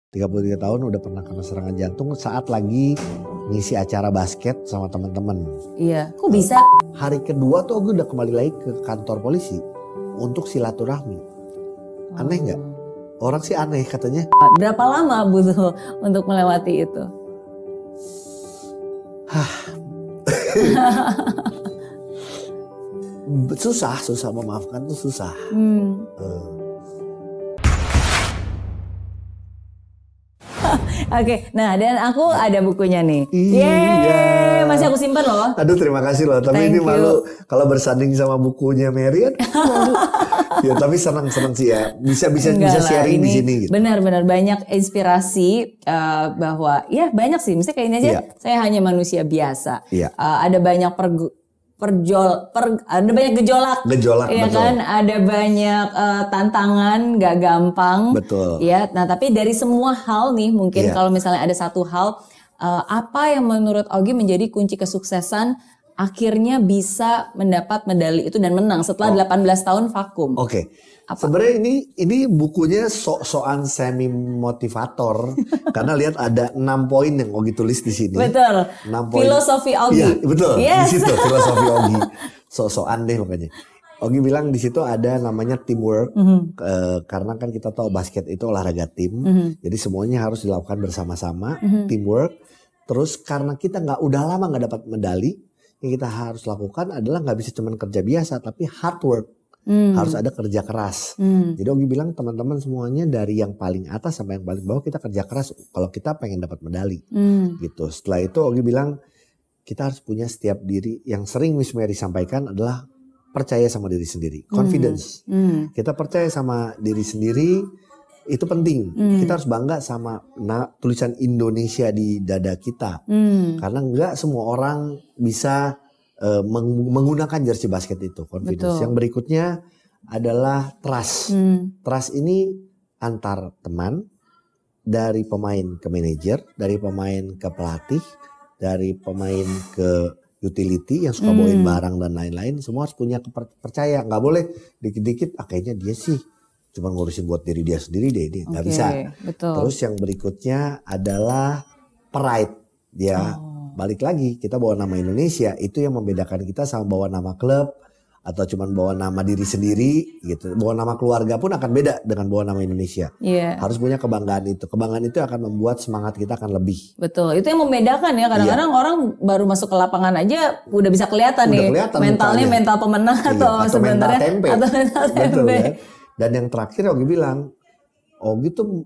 33 tahun udah pernah kena serangan jantung saat lagi ngisi acara basket sama teman-teman. Iya, kok bisa? Hari kedua tuh gue udah kembali lagi ke kantor polisi untuk silaturahmi. Aneh nggak? Orang sih aneh katanya. Berapa lama butuh untuk melewati itu? Susah memaafkan tuh susah. Oke, nah dan aku ada bukunya nih. Iya. Masih aku simpan loh. Aduh terima kasih loh. Tapi Thank ini malu you. kalau bersanding sama bukunya Mary kan. Ya tapi senang sih ya. Bisa Enggak lah, sharing di ini sini gitu. benar-benar banyak inspirasi bahwa ya banyak sih. Misalnya kayak ini aja, Iya. saya hanya manusia biasa. Iya. Ada banyak ada banyak gejolak, ya betul. kan, ada banyak tantangan, gak gampang, Betul. ya. Nah tapi dari semua hal nih, mungkin Iya. kalau misalnya ada satu hal, apa yang menurut Ogi menjadi kunci kesuksesan, akhirnya bisa mendapat medali itu dan menang setelah 18 tahun vakum. Oke. Sebenarnya ini bukunya sok-sokan semi motivator karena lihat ada 6 poin yang Ogi tulis di sini. Betul. 6 poin. Filosofi Ogi. Iya, betul. Yes. Di situ filosofi Ogi. Sok-sokan deh makanya. Ogi bilang di situ ada namanya teamwork. Karena kan kita tahu basket itu olahraga tim. Jadi semuanya harus dilakukan bersama-sama, teamwork. Terus karena kita udah lama nggak dapat medali, yang kita harus lakukan adalah nggak bisa cuma kerja biasa tapi hard work. Harus ada kerja keras. Jadi Ogi bilang teman-teman semuanya dari yang paling atas sampai yang paling bawah kita kerja keras kalau kita pengen dapat medali. Gitu. Setelah itu Ogi bilang kita harus punya setiap diri yang sering Miss Mary sampaikan adalah percaya sama diri sendiri. Confidence. Kita percaya sama diri sendiri itu penting. Kita harus bangga sama tulisan Indonesia di dada kita. Karena nggak semua orang bisa menggunakan jersey basket itu. Confidence. Betul. Yang berikutnya adalah trust. Trust ini antar teman, dari pemain ke manajer, dari pemain ke pelatih, dari pemain ke utility yang suka bawain barang dan lain-lain. Semua harus punya percaya. Nggak boleh dikit-dikit kayaknya dia sih cuma ngurusin buat diri dia sendiri deh. Nggak bisa. Betul. Terus yang berikutnya adalah pride. Dia balik lagi, kita bawa nama Indonesia, itu yang membedakan kita sama bawa nama klub atau cuman bawa nama diri sendiri gitu. Bawa nama keluarga pun akan beda dengan bawa nama Indonesia. Harus punya kebanggaan itu. Kebanggaan itu akan membuat semangat kita akan lebih. Betul, itu yang membedakan ya. Kadang-kadang orang baru masuk ke lapangan aja udah bisa kelihatan nih mentalnya mukanya. Mental pemenang atau sebenarnya mental tempe. Betul, kan? Dan yang terakhir Ogi bilang, Ogi tuh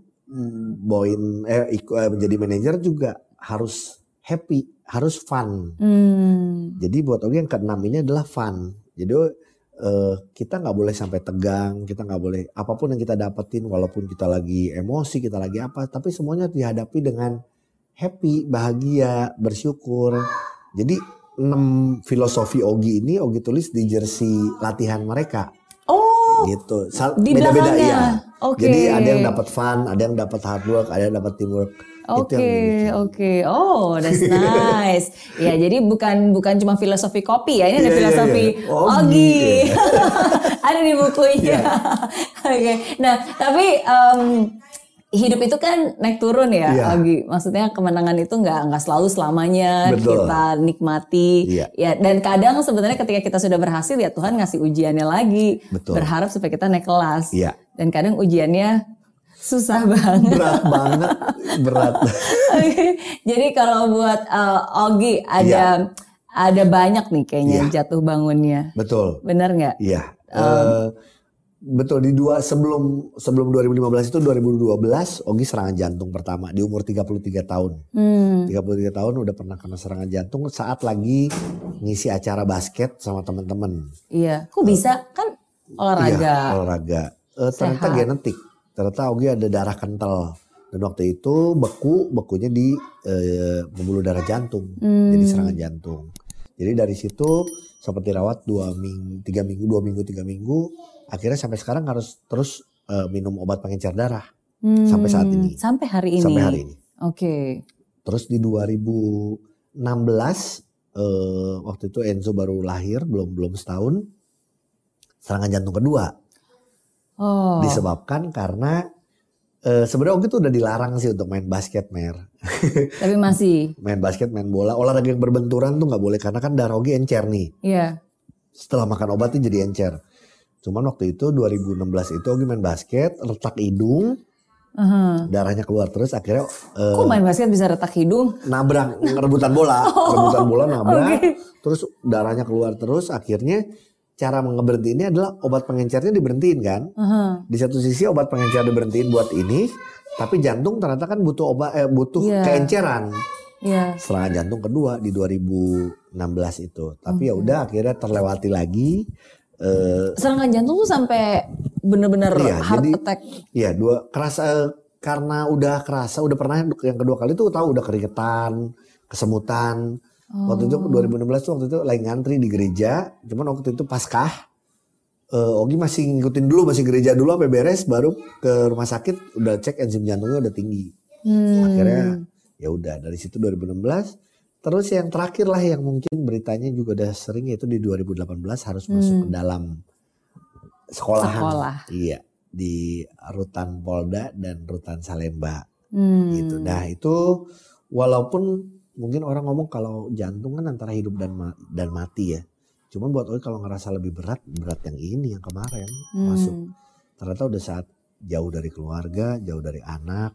menjadi manajer juga harus happy, harus fun. Jadi buat Ogi yang keenam ini adalah fun. Jadi kita nggak boleh sampai tegang, kita nggak boleh apapun yang kita dapetin, walaupun kita lagi emosi, kita lagi apa, tapi semuanya dihadapi dengan happy, bahagia, bersyukur. Jadi 6 filosofi Ogi ini Ogi tulis di jersey latihan mereka. Gitu. Beda-beda ya. Jadi ada yang dapat fun, ada yang dapat hard work, ada yang dapat teamwork. Oke. Oh, that's nice. Ya, jadi bukan cuma filosofi kopi ya, ini ada filosofi Ogi. Ada di bukunya. Oke. Nah, tapi hidup itu kan naik turun ya, Ogi. Maksudnya kemenangan itu nggak selalu selamanya kita nikmati. Ya, dan kadang sebenarnya ketika kita sudah berhasil ya Tuhan ngasih ujiannya lagi. Berharap supaya kita naik kelas. Dan kadang ujiannya susah banget. Berat banget, berat. Jadi kalau buat Ogi ada banyak nih kayaknya jatuh bangunnya. Betul. Benar nggak? Iya. Betul, sebelum 2015 itu 2012 Ogi serangan jantung pertama di umur 33 tahun. 33 tahun udah pernah kena serangan jantung saat lagi ngisi acara basket sama teman-teman. Iya. Kok bisa? Kan olahraga. Iya, olahraga. Ternyata genetik. Ternyata Ogi ada darah kental. Dan waktu itu bekunya di pembuluh darah jantung. Jadi serangan jantung. Jadi dari situ sempat dirawat 2 minggu, 3 minggu. Akhirnya sampai sekarang harus terus minum obat pengencer darah. Sampai saat ini. Sampai hari ini? Sampai hari ini. Oke. Terus di 2016, waktu itu Enzo baru lahir, belum setahun. Serangan jantung kedua. Disebabkan karena Sebenarnya Ogi tuh udah dilarang sih untuk main basket, Mer. Tapi masih. Main basket, main bola, olahraga yang berbenturan tuh nggak boleh karena kan darah Ogi encer nih. Iya. Setelah makan obat tuh jadi encer. Cuman waktu itu 2016 itu Ogi main basket, retak hidung, darahnya keluar terus akhirnya. Kok main basket bisa retak hidung? Nabrak, rebutan bola, rebutan bola nabrak, terus darahnya keluar terus akhirnya. Cara ngeberhentiin adalah obat pengencernya diberhentiin kan. Di satu sisi obat pengencer diberhentiin buat ini, tapi jantung ternyata kan butuh butuh keenceran. Serangan jantung kedua di 2016 itu. Tapi ya udah akhirnya terlewati lagi. Serangan jantung tuh sampai bener-bener heart attack. Iya, karena udah kerasa, udah pernah yang kedua kali tuh tahu udah keringetan, kesemutan. Waktu itu 2016 tuh waktu itu lagi ngantri di gereja, cuman waktu itu Paskah, Ogi masih ngikutin dulu, masih gereja dulu sampai beres, baru ke rumah sakit udah cek enzim jantungnya udah tinggi. Akhirnya ya udah dari situ 2016. Terus yang terakhir lah yang mungkin beritanya juga udah sering yaitu di 2018 harus masuk ke dalam sekolahan. Iya, di Rutan Polda dan Rutan Salemba. Gitu. Nah itu walaupun mungkin orang ngomong kalau jantung kan antara hidup dan mati ya. Cuman buat Ogi kalau ngerasa lebih berat yang ini yang kemarin masuk. Ternyata udah saat jauh dari keluarga, jauh dari anak.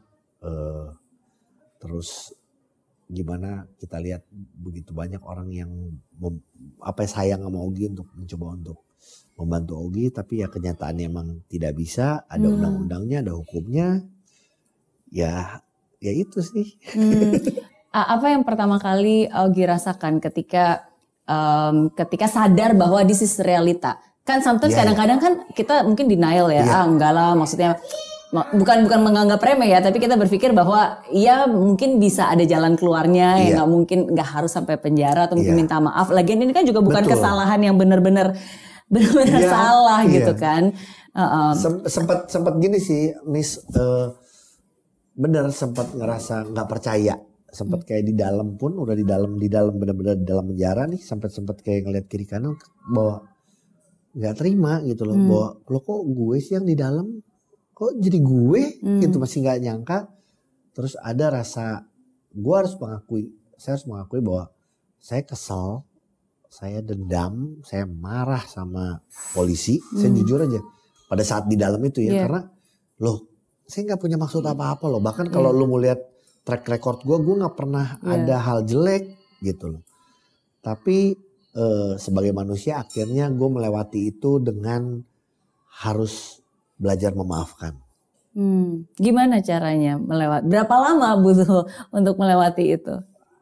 Terus gimana kita lihat begitu banyak orang yang sayang sama Ogi untuk mencoba untuk membantu Ogi. Tapi ya kenyataannya emang tidak bisa. Ada undang-undangnya, ada hukumnya. Ya itu sih. Apa yang pertama kali Ogi rasakan ketika sadar bahwa this is realita? Kan sometimes kadang-kadang kan kita mungkin denial ya, enggak lah, maksudnya bukan menganggap remeh ya, tapi kita berpikir bahwa ya mungkin bisa ada jalan keluarnya, ya nggak mungkin nggak harus sampai penjara atau mungkin minta maaf. Lagian ini kan juga bukan kesalahan yang benar-benar salah gitu kan. Sempat gini sih, Nis, bener sempat ngerasa nggak percaya. Sempat kayak di dalam pun udah di dalam benar-benar di dalam penjara nih sempat kayak ngeliat kiri kanan bahwa nggak terima gitu loh, bahwa lo kok gue sih yang di dalam kok jadi gue gitu, masih nggak nyangka. Terus ada rasa saya harus mengakui bahwa saya kesal, saya dendam, saya marah sama polisi. Saya jujur aja pada saat di dalam itu ya, karena loh saya nggak punya maksud apa-apa loh. Bahkan kalau lo mau lihat track record gue gak pernah ada hal jelek gitu loh. Tapi sebagai manusia akhirnya gue melewati itu dengan harus belajar memaafkan. Gimana caranya melewati? Berapa lama butuh untuk melewati itu?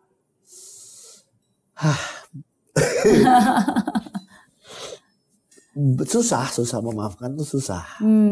Susah memaafkan tuh susah.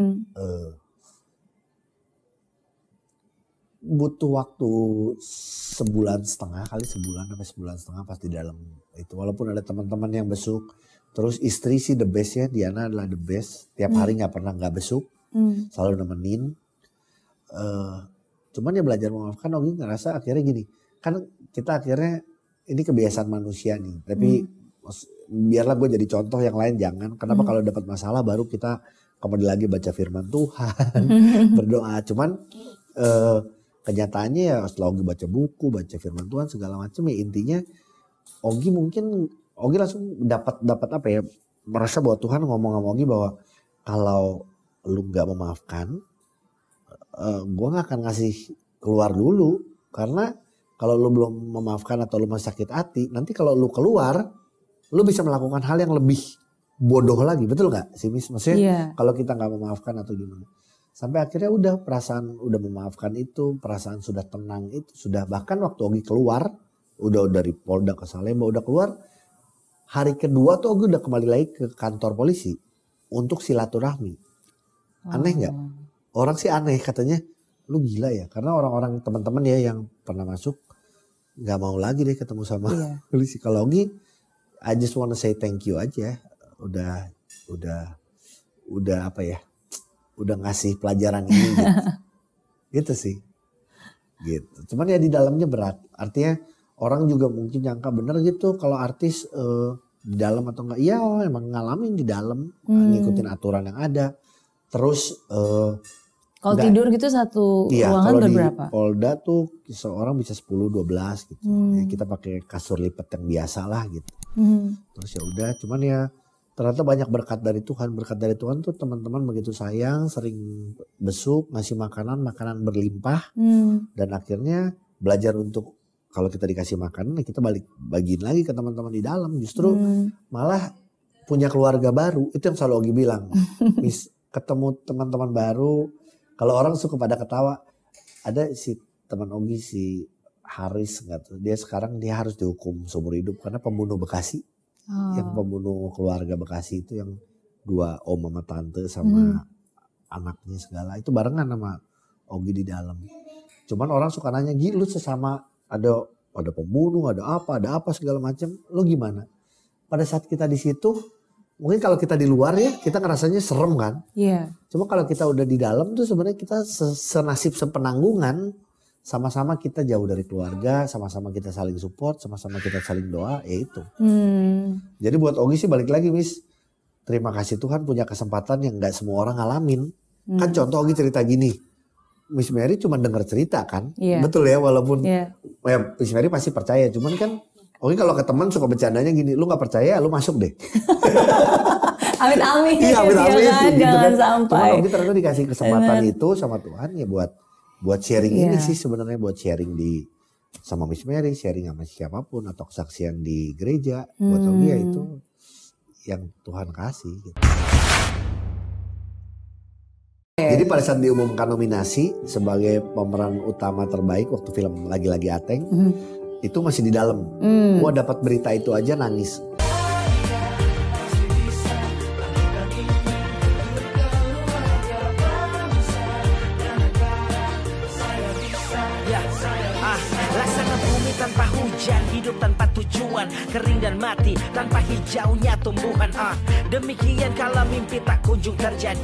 Butuh waktu sebulan setengah pas di dalam itu. Walaupun ada teman-teman yang besuk, terus istri sih the best ya, Diana adalah the best. Tiap hari nggak pernah nggak besuk, selalu nemenin. Cuman ya belajar memaafkan. Ogi ngerasa akhirnya gini, kan kita akhirnya ini kebiasaan manusia nih. Tapi biarlah gue jadi contoh, yang lain jangan. Kenapa kalau dapat masalah baru kita kembali lagi baca firman Tuhan, berdoa. Cuman kenyataannya ya setelah Ogi baca buku, baca firman Tuhan segala macam, ya intinya Ogi langsung dapat apa ya, merasa bahwa Tuhan ngomong sama Ogi bahwa kalau lu nggak memaafkan, gue nggak akan ngasih keluar dulu. Karena kalau lu belum memaafkan atau lu masih sakit hati, nanti kalau lu keluar, lu bisa melakukan hal yang lebih bodoh lagi, betul nggak sih Miss? Maksudnya kalau kita nggak memaafkan atau gimana? Sampai akhirnya udah perasaan udah memaafkan itu, perasaan sudah tenang itu, sudah bahkan waktu Ogi keluar, udah dari Polda ke Salemba udah keluar, hari kedua tuh Ogi udah kembali lagi ke kantor polisi untuk silaturahmi. Aneh nggak? Orang sih aneh, katanya lu gila ya, karena orang-orang teman-teman ya yang pernah masuk nggak mau lagi deh ketemu sama polisi. Kalau Ogi, I just wanna say thank you aja, udah apa ya? Udah ngasih pelajaran ini gitu. Gitu sih. Gitu. Cuman ya di dalamnya berat. Artinya orang juga mungkin nyangka bener gitu kalau artis di dalam atau enggak. Iya, emang ngalamin di dalam, ngikutin aturan yang ada. Terus Kalau tidur gitu satu ruangan berberapa? Di Polda tuh seorang bisa 10-12 gitu. Ya, kita pakai kasur lipat yang biasa lah gitu. Terus ya udah, cuman ya ternyata banyak berkat dari Tuhan. Berkat dari Tuhan tuh teman-teman begitu sayang, sering besuk, ngasih makanan berlimpah. Dan akhirnya belajar untuk kalau kita dikasih makanan, kita bagiin lagi ke teman-teman di dalam. Justru malah punya keluarga baru. Itu yang selalu Ogi bilang. Ketemu teman-teman baru. Kalau orang suka pada ketawa, ada si teman Ogi, si Haris, dia sekarang dia harus dihukum seumur hidup karena pembunuh Bekasi. Yang pembunuh keluarga Bekasi itu yang 2 om sama tante sama anaknya segala. Itu barengan sama Ogi di dalam. Cuman orang suka nanya, Gi, lu sesama ada pembunuh, ada apa segala macam. Lu gimana? Pada saat kita di situ, mungkin kalau kita di luar ya kita ngerasanya serem kan. Iya. Cuma kalau kita udah di dalam tuh sebenarnya kita senasib sepenanggungan. Sama-sama kita jauh dari keluarga, sama-sama kita saling support, sama-sama kita saling doa, ya itu. Jadi buat Ogi sih balik lagi, Miss. Terima kasih Tuhan punya kesempatan yang gak semua orang ngalamin. Kan contoh Ogi cerita gini. Miss Mary cuma dengar cerita kan. Betul ya, walaupun ya, Miss Mary pasti percaya. Cuman kan Ogi kalau ke teman suka bercandanya gini, lu gak percaya lu masuk deh. Amit-amit. Iya, amit-amit kan, gitu jangan kan. sampai. Cuma Ogi ternyata dikasih kesempatan itu sama Tuhan ya buat sharing ini sih sebenarnya, buat sharing sama Miss Mary, sharing sama siapapun atau kesaksian di gereja. Buat Ogi ya itu yang Tuhan kasih gitu. Jadi pada saat diumumkan nominasi sebagai pemeran utama terbaik waktu film Lagi-Lagi Ateng, itu masih di dalam. Gua dapat berita itu aja nangis. Laksana bumi tanpa hujan, hidup tanpa tujuan, kering dan mati tanpa hijaunya tumbuhan. Demikian kalau mimpi tak kunjung terjadi.